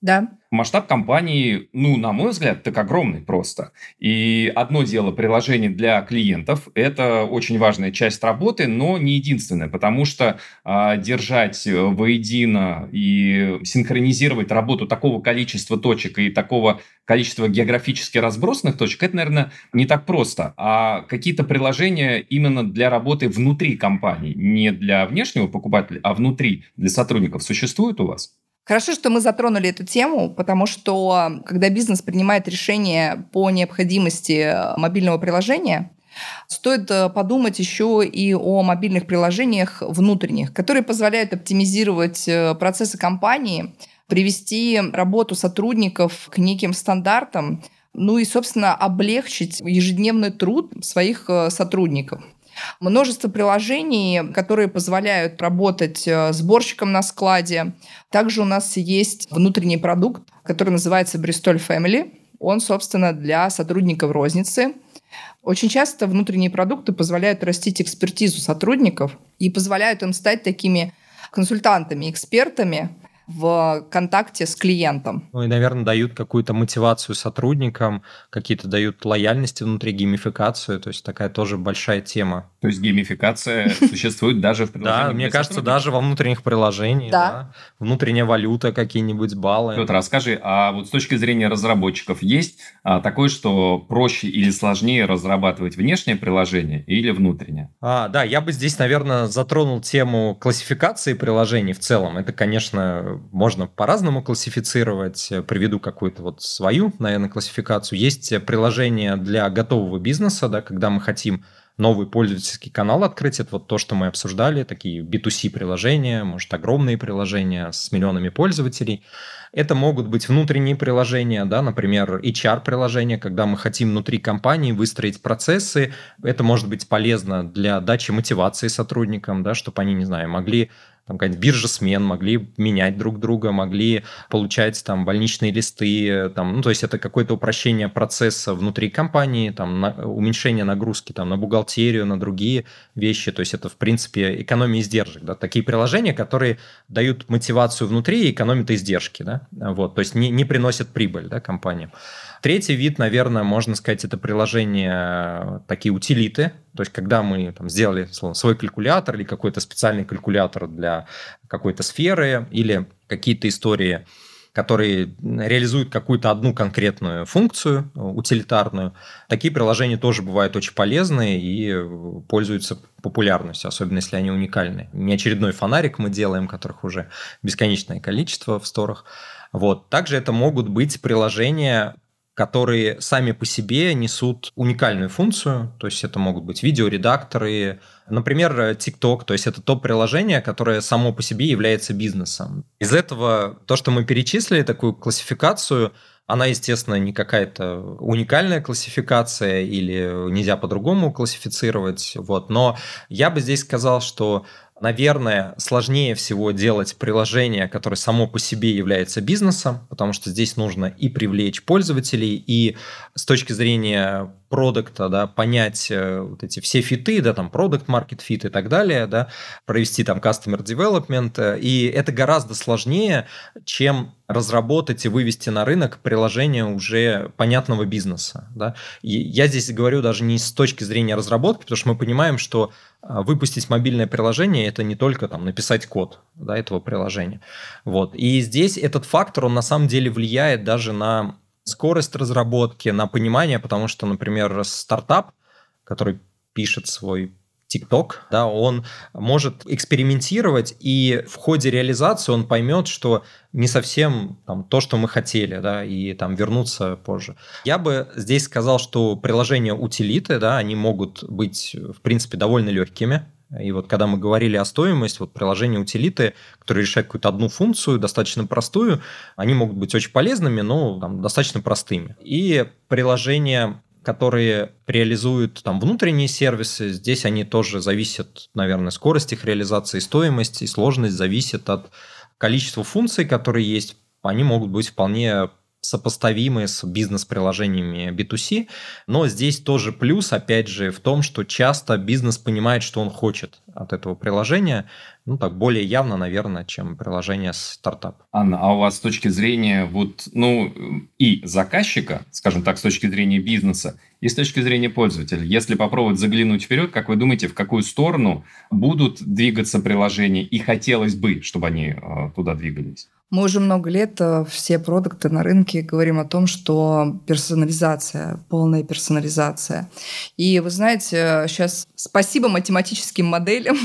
Да. Масштаб компании, на мой взгляд, так огромный просто. И одно дело приложение для клиентов, это очень важная часть работы, но не единственная, потому что держать воедино и синхронизировать работу такого количества точек и такого количества географически разбросанных точек, это, наверное, не так просто. А какие-то приложения именно для работы внутри компании, не для внешнего покупателя, а внутри, для сотрудников, существуют у вас? Хорошо, что мы затронули эту тему, потому что когда бизнес принимает решение по необходимости мобильного приложения, стоит подумать еще и о мобильных приложениях внутренних, которые позволяют оптимизировать процессы компании, привести работу сотрудников к неким стандартам, и, собственно, облегчить ежедневный труд своих сотрудников. Множество приложений, которые позволяют работать сборщиком на складе. Также у нас есть внутренний продукт, который называется Bristol Family. Он, собственно, для сотрудников розницы. Очень часто внутренние продукты позволяют растить экспертизу сотрудников и позволяют им стать такими консультантами, экспертами в контакте с клиентом. И, наверное, дают какую-то мотивацию сотрудникам, какие-то дают лояльности внутри, геймификацию, то есть такая тоже большая тема. То есть геймификация существует даже в приложениях. Да, мне кажется, даже во внутренних приложениях. Да. Внутренняя валюта, какие-нибудь баллы. Петр, а скажи, а вот с точки зрения разработчиков есть такое, что проще или сложнее разрабатывать внешнее приложение или внутреннее? Да, я бы здесь, наверное, затронул тему классификации приложений в целом. Это, конечно, можно по-разному классифицировать. Приведу какую-то свою, наверное, классификацию. Есть приложения для готового бизнеса, да, когда мы хотим новый пользовательский канал открыть. Это то, что мы обсуждали, такие B2C приложения, может, огромные приложения с миллионами пользователей. Это могут быть внутренние приложения, да, например, HR-приложения, когда мы хотим внутри компании выстроить процессы. Это может быть полезно для дачи мотивации сотрудникам, да, чтобы они, могли какая-нибудь биржа смен, могли менять друг друга, могли получать больничные листы, то есть это какое-то упрощение процесса внутри компании, уменьшение нагрузки на бухгалтерию, на другие вещи, то есть это, в принципе, экономия издержек, да, такие приложения, которые дают мотивацию внутри и экономят издержки, да, то есть не приносят прибыль, да, компаниям. Третий вид, наверное, можно сказать, это приложения, такие утилиты, то есть когда мы сделали свой калькулятор или какой-то специальный калькулятор для какой-то сферы или какие-то истории, которые реализуют какую-то одну конкретную функцию утилитарную. Такие приложения тоже бывают очень полезные и пользуются популярностью, особенно если они уникальны. Не очередной фонарик мы делаем, которых уже бесконечное количество в сторах. Также это могут быть приложения, которые сами по себе несут уникальную функцию, то есть это могут быть видеоредакторы, например, TikTok, то есть это то приложение, которое само по себе является бизнесом. Из этого то, что мы перечислили, такую классификацию, она, естественно, не какая-то уникальная классификация или нельзя по-другому классифицировать, но я бы здесь сказал, что наверное, сложнее всего делать приложение, которое само по себе является бизнесом, потому что здесь нужно и привлечь пользователей, и с точки зрения продукта, да, понять эти все фиты, да, product market fit и так далее, да, провести customer development, и это гораздо сложнее, чем разработать и вывести на рынок приложение уже понятного бизнеса, да. И я здесь говорю даже не с точки зрения разработки, потому что мы понимаем, что выпустить мобильное приложение – это не только написать код, да, этого приложения. И здесь этот фактор, он на самом деле влияет даже на скорость разработки, на понимание, потому что, например, стартап, который пишет свой TikTok, да, он может экспериментировать, и в ходе реализации он поймет, что не совсем то, что мы хотели, да, и вернуться позже. Я бы здесь сказал, что приложения утилиты, да, они могут быть, в принципе, довольно легкими. И когда мы говорили о стоимости, приложения утилиты, которые решают какую-то одну функцию, достаточно простую, они могут быть очень полезными, но достаточно простыми. И приложения, которые реализуют внутренние сервисы, здесь они тоже зависят, наверное, скорость их реализации, стоимость и сложность зависит от количества функций, которые есть. Они могут быть вполне сопоставимы с бизнес-приложениями B2C, но здесь тоже плюс, опять же, в том, что часто бизнес понимает, что он хочет от этого приложения, так более явно, наверное, чем приложение стартап. Анна, а у вас с точки зрения и заказчика, скажем так, с точки зрения бизнеса, и с точки зрения пользователя, если попробовать заглянуть вперед, как вы думаете, в какую сторону будут двигаться приложения, и хотелось бы, чтобы они туда двигались? Мы уже много лет, все продукты на рынке, говорим о том, что персонализация, полная персонализация. И вы знаете, сейчас спасибо математическим моделям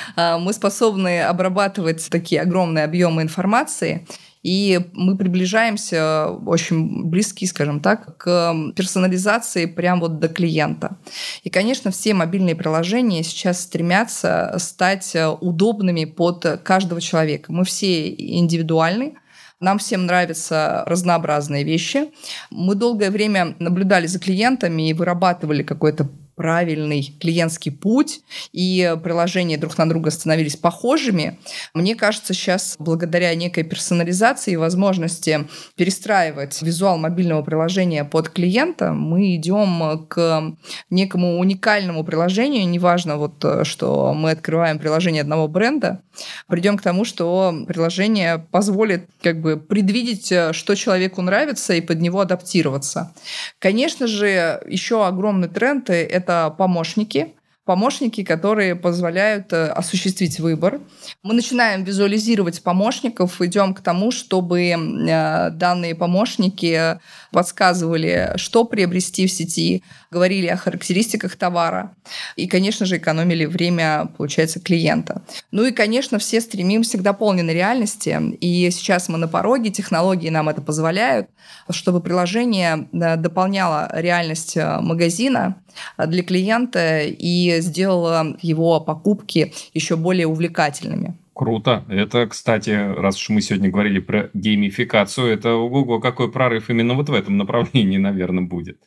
мы способны обрабатывать такие огромные объемы информации, и мы приближаемся очень близки, скажем так, к персонализации прямо до клиента. И, конечно, все мобильные приложения сейчас стремятся стать удобными под каждого человека. Мы все индивидуальны. Нам всем нравятся разнообразные вещи. Мы долгое время наблюдали за клиентами и вырабатывали какой-то правильный клиентский путь, и приложения друг на друга становились похожими. Мне кажется, сейчас благодаря некой персонализации и возможности перестраивать визуал мобильного приложения под клиента, мы идем к некому уникальному приложению. Неважно, что мы открываем приложение одного бренда, придем к тому, что приложение позволит предвидеть, что человеку нравится, и под него адаптироваться. Конечно же, еще огромный тренд — это помощники, которые позволяют осуществить выбор. Мы начинаем визуализировать помощников, идем к тому, чтобы данные помощники подсказывали, что приобрести в сети, говорили о характеристиках товара и, конечно же, экономили время, получается, клиента. И, конечно, все стремимся к дополненной реальности, и сейчас мы на пороге, технологии нам это позволяют, чтобы приложение дополняло реальность магазина для клиента и сделала его покупки еще более увлекательными. Круто. Это, кстати, раз уж мы сегодня говорили про геймификацию, это ого-го, какой прорыв именно в этом направлении, наверное, будет.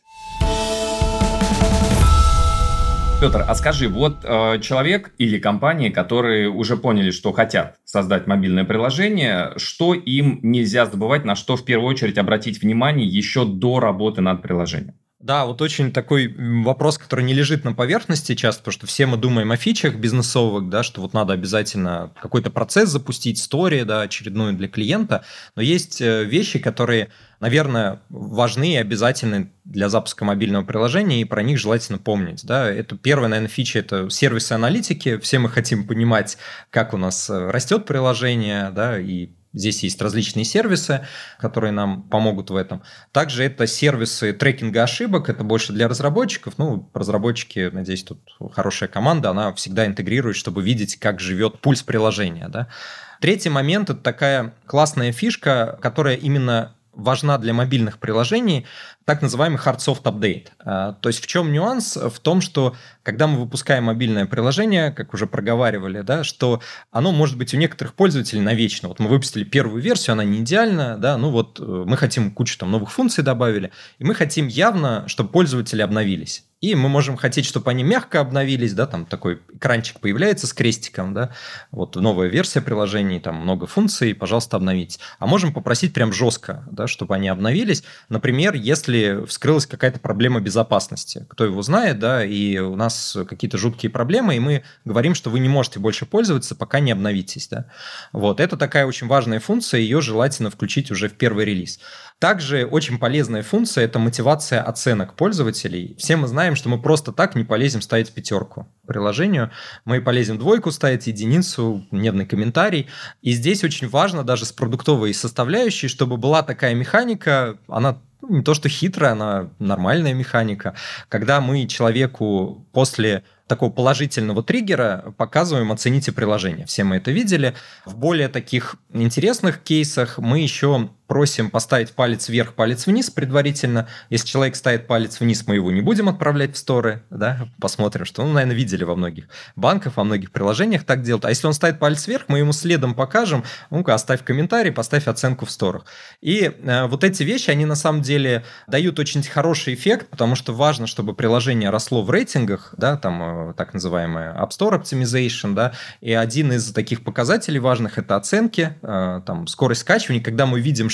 Петр, а скажи, человек или компании, которые уже поняли, что хотят создать мобильное приложение, что им нельзя забывать, на что в первую очередь обратить внимание еще до работы над приложением? Да, очень такой вопрос, который не лежит на поверхности часто, потому что все мы думаем о фичах бизнесовых, да, что надо обязательно какой-то процесс запустить, историю, да, очередную для клиента, но есть вещи, которые, наверное, важны и обязательны для запуска мобильного приложения, и про них желательно помнить. Да. Это первая, наверное, фича – это сервисы аналитики. Все мы хотим понимать, как у нас растет приложение, да, и здесь есть различные сервисы, которые нам помогут в этом. Также это сервисы трекинга ошибок, это больше для разработчиков. Разработчики, надеюсь, тут хорошая команда, она всегда интегрирует, чтобы видеть, как живет пульс приложения. Да. Третий момент – это такая классная фишка, которая именно важна для мобильных приложений, так называемый hard-soft update. То есть в чем нюанс? В том, что когда мы выпускаем мобильное приложение, как уже проговаривали, да, что оно может быть у некоторых пользователей навечно. Мы выпустили первую версию, она не идеальна, да, мы хотим кучу новых функций добавили, и мы хотим явно, чтобы пользователи обновились. И мы можем хотеть, чтобы они мягко обновились, да, там такой экранчик появляется с крестиком, да, новая версия приложений, там много функций, пожалуйста, обновитесь. А можем попросить прям жестко, да, чтобы они обновились. Например, если вскрылась какая-то проблема безопасности, кто его знает, да, и у нас какие-то жуткие проблемы, и мы говорим, что вы не можете больше пользоваться, пока не обновитесь, да. Это такая очень важная функция, ее желательно включить уже в первый релиз. Также очень полезная функция – это мотивация оценок пользователей. Все мы знаем, что мы просто так не полезем ставить 5 приложению. Мы полезем 2 ставить, 1, нервный комментарий. И здесь очень важно даже с продуктовой составляющей, чтобы была такая механика, она не то что хитрая, она нормальная механика, когда мы человеку после такого положительного триггера показываем «оцените приложение». Все мы это видели. В более таких интересных кейсах мы еще просим поставить палец вверх, палец вниз предварительно. Если человек ставит палец вниз, мы его не будем отправлять в сторы. Да? Посмотрим, что, наверное, видели во многих банках, во многих приложениях так делают. А если он ставит палец вверх, мы ему следом покажем, ну-ка, оставь комментарий, поставь оценку в сторах. И эти вещи, они на самом деле дают очень хороший эффект, потому что важно, чтобы приложение росло в рейтингах, да, там так называемая App Store Optimization, да, и один из таких показателей важных – это оценки, там, скорость скачивания. Когда мы видим, что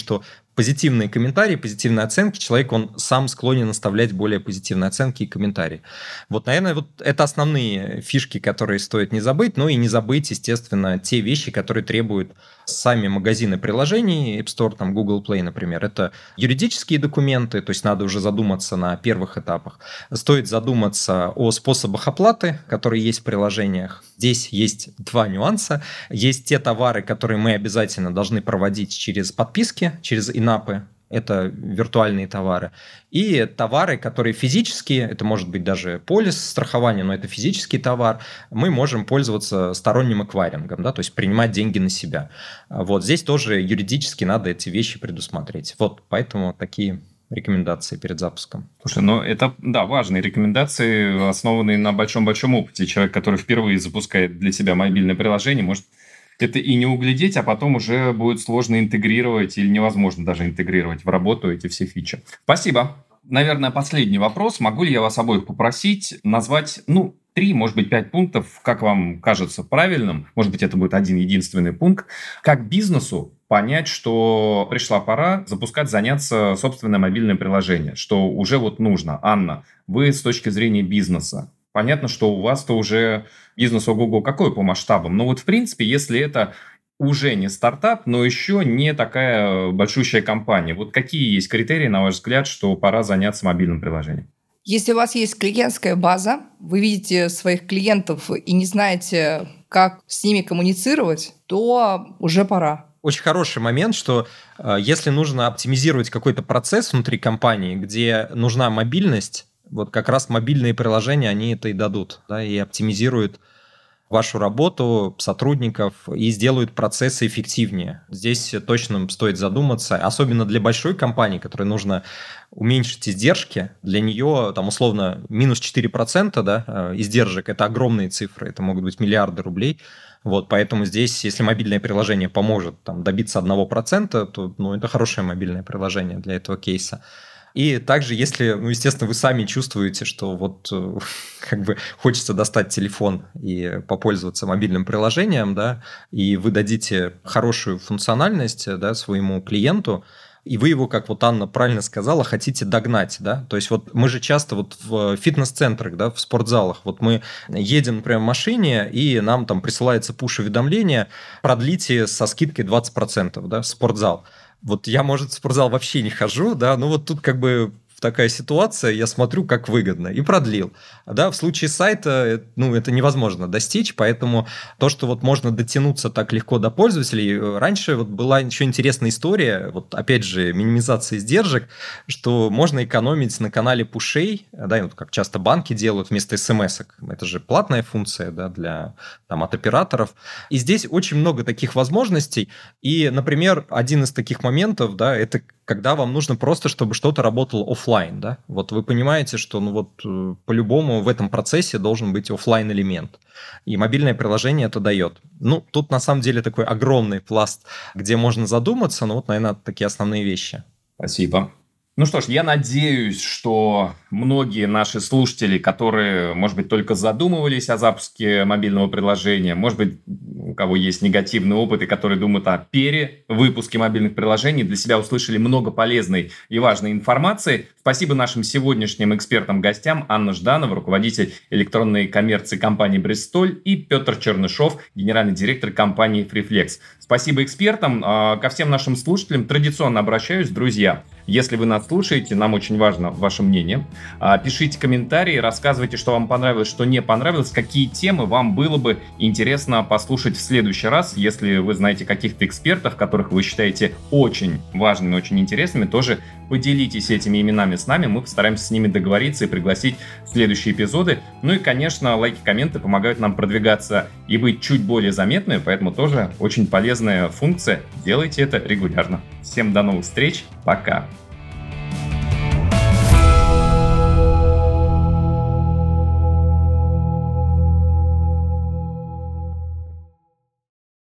что позитивные комментарии, позитивные оценки, человек, он сам склонен оставлять более позитивные оценки и комментарии. Вот, наверное, вот это основные фишки, которые стоит не забыть. Ну и не забыть, естественно, те вещи, которые требуют сами магазины приложений, App Store, там, Google Play, например. Это юридические документы, то есть надо уже задуматься на первых этапах. Стоит задуматься о способах оплаты, которые есть в приложениях. Здесь есть два нюанса. Есть те товары, которые мы обязательно должны проводить через подписки, через инапы. Это виртуальные товары. И товары, которые физические, это может быть даже полис страхования, но это физический товар, мы можем пользоваться сторонним эквайрингом, да, то есть принимать деньги на себя. Вот здесь тоже юридически надо эти вещи предусмотреть. Вот поэтому такие рекомендации перед запуском. Слушай, ну это, да, важные рекомендации, основанные на большом-большом опыте. Человек, который впервые запускает для себя мобильное приложение, может это и не углядеть, а потом уже будет сложно интегрировать или невозможно даже интегрировать в работу эти все фичи. Спасибо. Наверное, последний вопрос. Могу ли я вас обоих попросить назвать, 3, может быть, 5 пунктов, как вам кажется правильным, может быть, это будет один единственный пункт, как бизнесу понять, что пришла пора запускать, заняться собственное мобильное приложение, что уже вот нужно. Анна, вы с точки зрения бизнеса, понятно, что у вас-то уже бизнес ого-го какой по масштабам, но вот в принципе, если это уже не стартап, но еще не такая большущая компания, вот какие есть критерии, на ваш взгляд, что пора заняться мобильным приложением? Если у вас есть клиентская база, вы видите своих клиентов и не знаете, как с ними коммуницировать, то уже пора. Очень хороший момент, что если нужно оптимизировать какой-то процесс внутри компании, где нужна мобильность, вот как раз мобильные приложения, они это и дадут, да, и оптимизируют вашу работу сотрудников и сделают процессы эффективнее. Здесь точно стоит задуматься, особенно для большой компании, которой нужно уменьшить издержки. Для нее, там, условно, минус 4%, да, издержек – это огромные цифры, это могут быть миллиарды рублей. Вот, поэтому здесь, если мобильное приложение поможет там, добиться 1%, то это хорошее мобильное приложение для этого кейса. И также, если, естественно, вы сами чувствуете, что вот как бы хочется достать телефон и попользоваться мобильным приложением, да, и вы дадите хорошую функциональность, да, своему клиенту, и вы его, как вот Анна правильно сказала, хотите догнать, да, то есть вот мы же часто вот в фитнес-центрах, да, в спортзалах, вот мы едем, например, в машине, и нам там присылается пуш-уведомление, продлите со скидкой 20%, да, в спортзал. Вот я, может, в спортзал вообще не хожу, да, но вот тут как бы такая ситуация, я смотрю, как выгодно, и продлил. Да, в случае сайта, это невозможно достичь, поэтому то, что вот можно дотянуться так легко до пользователей, раньше вот была еще интересная история, вот опять же, минимизация издержек, что можно экономить на канале пушей, да, вот как часто банки делают вместо смс-ок. Это же платная функция, да, для, там, от операторов. И здесь очень много таких возможностей, и, например, один из таких моментов, да, это когда вам нужно просто, чтобы что-то работало офлайн, да, вот вы понимаете, что, по-любому в этом процессе должен быть офлайн элемент, и мобильное приложение это дает. Тут на самом деле такой огромный пласт, где можно задуматься, наверное, такие основные вещи. Спасибо. Ну что ж, я надеюсь, что многие наши слушатели, которые, может быть, только задумывались о запуске мобильного приложения, может быть, у кого есть негативный опыт и которые думают о перевыпуске мобильных приложений, для себя услышали много полезной и важной информации. Спасибо нашим сегодняшним экспертам-гостям: Анна Жданова, руководитель электронной коммерции компании «Бристоль», и Петр Чернышов, генеральный директор компании «Freeflex». Спасибо экспертам. Ко всем нашим слушателям традиционно обращаюсь, друзья. Если вы нас слушаете, нам очень важно ваше мнение. Пишите комментарии, рассказывайте, что вам понравилось, что не понравилось, какие темы вам было бы интересно послушать в следующий раз. Если вы знаете каких-то экспертов, которых вы считаете очень важными, очень интересными, тоже поделитесь этими именами с нами. Мы постараемся с ними договориться и пригласить в следующие эпизоды. Ну и, конечно, лайки, комменты помогают нам продвигаться и быть чуть более заметными, поэтому тоже очень полезная функция. Делайте это регулярно. Всем до новых встреч. Пока.